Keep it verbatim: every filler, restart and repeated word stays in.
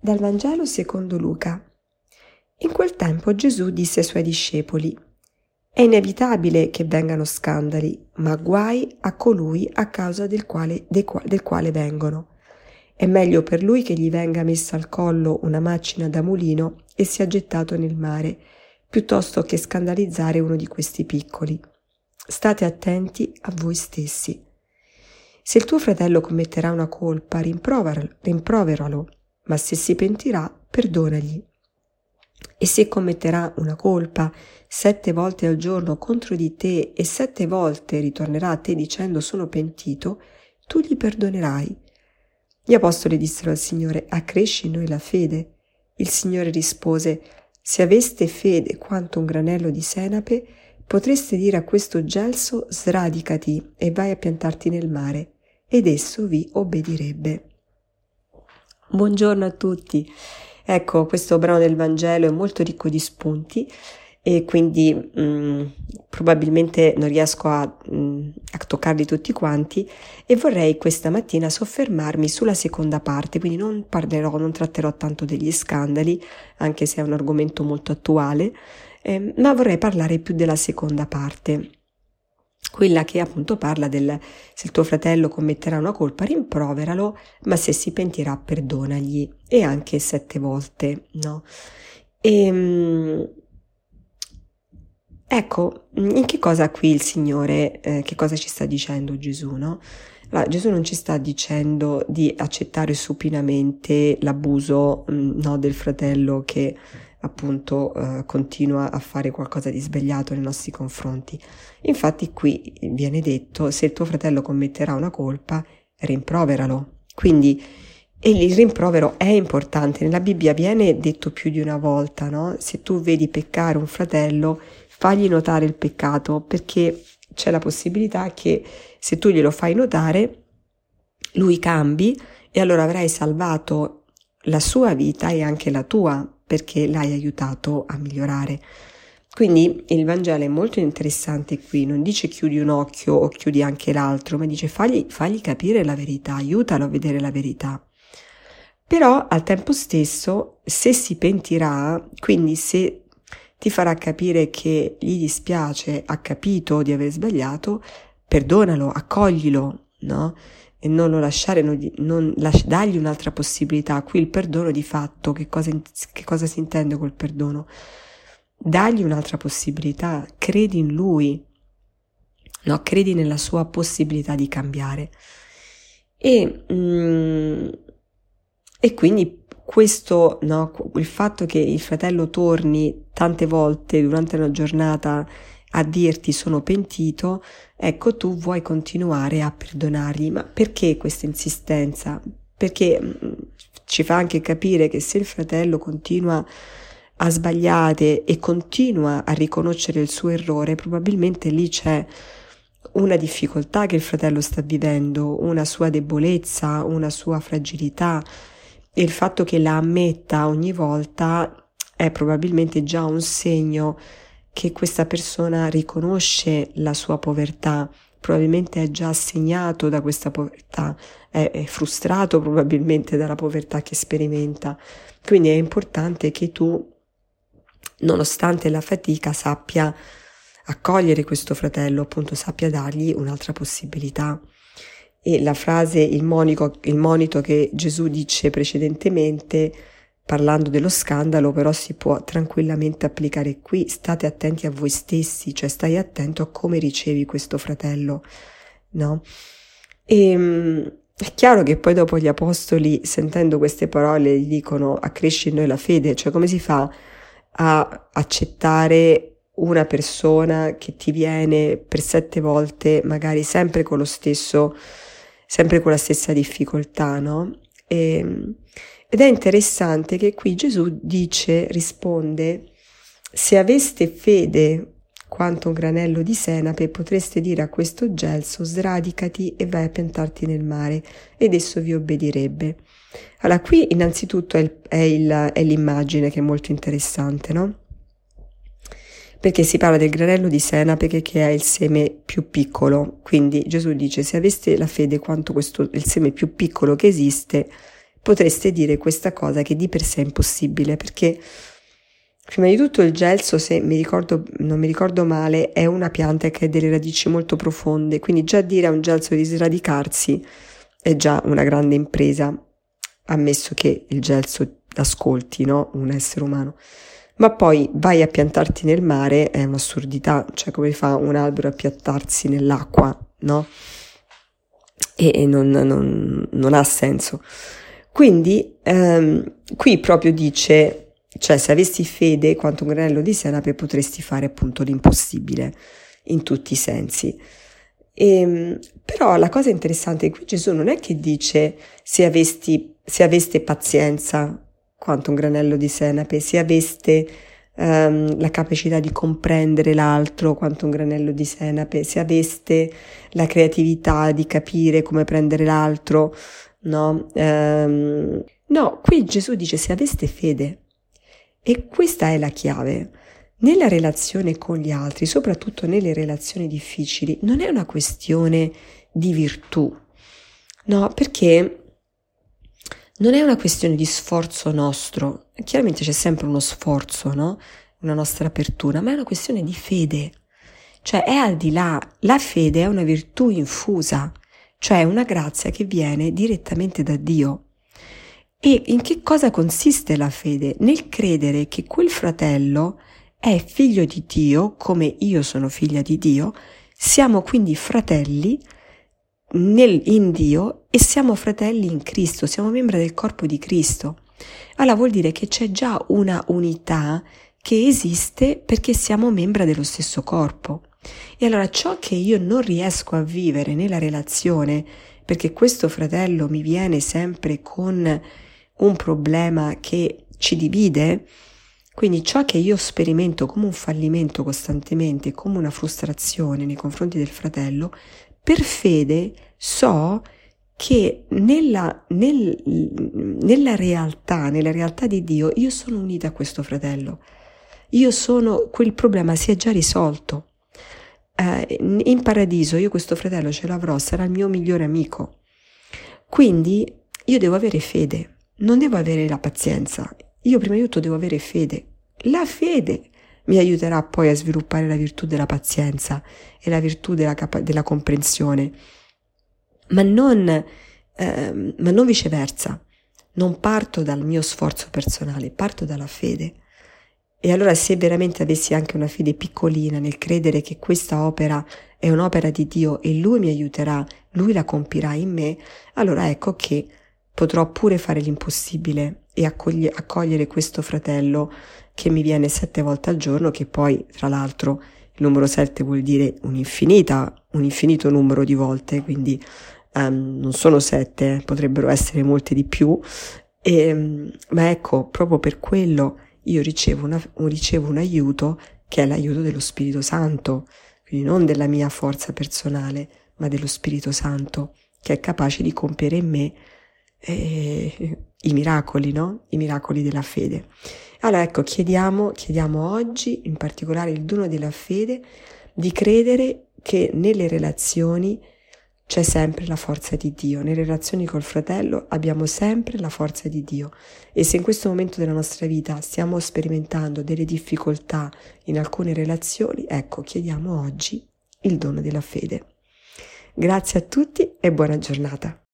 Dal Vangelo secondo Luca. In quel tempo Gesù disse ai suoi discepoli: «È inevitabile che vengano scandali, ma guai a colui a causa del quale, del quale vengono. È meglio per lui che gli venga messa al collo una macina da mulino e sia gettato nel mare, piuttosto che scandalizzare uno di questi piccoli. State attenti a voi stessi. Se il tuo fratello commetterà una colpa, rimproveralo, ma se si pentirà, perdonagli. E se commetterà una colpa sette volte al giorno contro di te e sette volte ritornerà a te dicendo sono pentito, tu gli perdonerai». Gli apostoli dissero al Signore: «Accresci in noi la fede». Il Signore rispose: «Se aveste fede quanto un granello di senape, potreste dire a questo gelso sradicati e vai a piantarti nel mare, ed esso vi obbedirebbe». Buongiorno a tutti. Ecco, questo brano del Vangelo è molto ricco di spunti e quindi mh, probabilmente non riesco a, mh, a toccarli tutti quanti, e vorrei questa mattina soffermarmi sulla seconda parte, quindi non parlerò, non tratterò tanto degli scandali, anche se è un argomento molto attuale, eh, ma vorrei parlare più della seconda parte, quella che appunto parla del se il tuo fratello commetterà una colpa rimproveralo, ma se si pentirà perdonagli, e anche sette volte, no? E, ecco, in che cosa qui il Signore, eh, che cosa ci sta dicendo Gesù, no? Allora, Gesù non ci sta dicendo di accettare supinamente l'abuso, mh, no, del fratello che appunto eh, continua a fare qualcosa di sbagliato nei nostri confronti. Infatti qui viene detto: se il tuo fratello commetterà una colpa, rimproveralo. Quindi e il rimprovero è importante, nella Bibbia viene detto più di una volta, no? Se tu vedi peccare un fratello, fagli notare il peccato, perché c'è la possibilità che se tu glielo fai notare, lui cambi e allora avrai salvato la sua vita e anche la tua, perché l'hai aiutato a migliorare. Quindi il Vangelo è molto interessante qui, non dice chiudi un occhio o chiudi anche l'altro, ma dice fagli, fagli capire la verità, aiutalo a vedere la verità. Però al tempo stesso, se si pentirà, quindi se ti farà capire che gli dispiace, ha capito di aver sbagliato, perdonalo, accoglilo, no? E non lo lasciare, non, non lasci, dagli un'altra possibilità. Qui il perdono di fatto, che cosa, che cosa si intende col perdono? Dagli un'altra possibilità, credi in lui, no? Credi nella sua possibilità di cambiare. E, mm, e quindi questo, no? Il fatto che il fratello torni tante volte durante una giornata a dirti sono pentito, ecco, tu vuoi continuare a perdonargli. Ma perché questa insistenza? Perché ci fa anche capire che se il fratello continua a sbagliare e continua a riconoscere il suo errore, probabilmente lì c'è una difficoltà che il fratello sta vivendo, una sua debolezza, una sua fragilità, e il fatto che la ammetta ogni volta è probabilmente già un segno che questa persona riconosce la sua povertà, probabilmente è già segnato da questa povertà, è, è frustrato probabilmente dalla povertà che sperimenta. Quindi è importante che tu, nonostante la fatica, sappia accogliere questo fratello, appunto sappia dargli un'altra possibilità. E la frase, il monito, il monito che Gesù dice precedentemente, parlando dello scandalo, però si può tranquillamente applicare qui: state attenti a voi stessi, cioè stai attento a come ricevi questo fratello, no? E è chiaro che poi dopo gli apostoli, sentendo queste parole, gli dicono: accresci in noi la fede, cioè come si fa a accettare una persona che ti viene per sette volte, magari sempre con lo stesso, sempre con la stessa difficoltà, no? E, ed è interessante che qui Gesù dice, risponde: se aveste fede quanto un granello di senape, potreste dire a questo gelso sradicati e vai a piantarti nel mare, ed esso vi obbedirebbe. Allora, qui innanzitutto è, il, è, il, è l'immagine che è molto interessante, no? Perché si parla del granello di senape che, che è il seme più piccolo. Quindi Gesù dice: se aveste la fede quanto questo il seme più piccolo che esiste, potreste dire questa cosa che di per sé è impossibile, perché prima di tutto il gelso, se mi ricordo, non mi ricordo male, è una pianta che ha delle radici molto profonde, quindi già dire a un gelso di sradicarsi è già una grande impresa, ammesso che il gelso ascolti, no? Un essere umano. Ma poi vai a piantarti nel mare, è un'assurdità, cioè come fa un albero a piantarsi nell'acqua, no? E, e non, non, non ha senso. Quindi ehm, qui proprio dice, cioè se avessi fede quanto un granello di senape potresti fare appunto l'impossibile in tutti i sensi. E, però la cosa interessante è che qui Gesù non è che dice se, avesti, se aveste pazienza quanto un granello di senape, se aveste um, la capacità di comprendere l'altro quanto un granello di senape, se aveste la creatività di capire come prendere l'altro, no? Um, no, qui Gesù dice se aveste fede. E questa è la chiave. Nella relazione con gli altri, soprattutto nelle relazioni difficili, non è una questione di virtù, no? Perché non è una questione di sforzo nostro, chiaramente c'è sempre uno sforzo, no? Una nostra apertura, ma è una questione di fede, cioè è al di là, la fede è una virtù infusa, cioè una grazia che viene direttamente da Dio. E in che cosa consiste la fede? Nel credere che quel fratello è figlio di Dio, come io sono figlia di Dio, siamo quindi fratelli nel, in Dio e siamo fratelli in Cristo, siamo membri del corpo di Cristo. Allora vuol dire che c'è già una unità che esiste perché siamo membri dello stesso corpo. E allora ciò che io non riesco a vivere nella relazione, perché questo fratello mi viene sempre con un problema che ci divide, quindi ciò che io sperimento come un fallimento costantemente, come una frustrazione nei confronti del fratello, per fede so che nella, nel, nella realtà, nella realtà di Dio, io sono unita a questo fratello. Io sono, quel problema si è già risolto. Eh, in paradiso io questo fratello ce l'avrò, sarà il mio migliore amico. Quindi io devo avere fede. Non devo avere la pazienza, io prima di tutto devo avere fede. La fede mi aiuterà poi a sviluppare la virtù della pazienza e la virtù della, capa- della comprensione, ma non, eh, ma non viceversa. Non parto dal mio sforzo personale, parto dalla fede. E allora se veramente avessi anche una fede piccolina nel credere che questa opera è un'opera di Dio e Lui mi aiuterà, Lui la compirà in me, allora ecco che potrò pure fare l'impossibile e accogli- accogliere questo fratello che mi viene sette volte al giorno, che poi, tra l'altro, il numero sette vuol dire un'infinita, un infinito numero di volte, quindi um, non sono sette, potrebbero essere molte di più, e, ma ecco, proprio per quello io ricevo, una, ricevo un aiuto che è l'aiuto dello Spirito Santo, quindi non della mia forza personale, ma dello Spirito Santo, che è capace di compiere in me Eh, i miracoli, no? I miracoli della fede. Allora ecco, chiediamo, chiediamo oggi, in particolare il dono della fede, di credere che nelle relazioni c'è sempre la forza di Dio. Nelle relazioni col fratello abbiamo sempre la forza di Dio. E se in questo momento della nostra vita stiamo sperimentando delle difficoltà in alcune relazioni, ecco, chiediamo oggi il dono della fede. Grazie a tutti e buona giornata.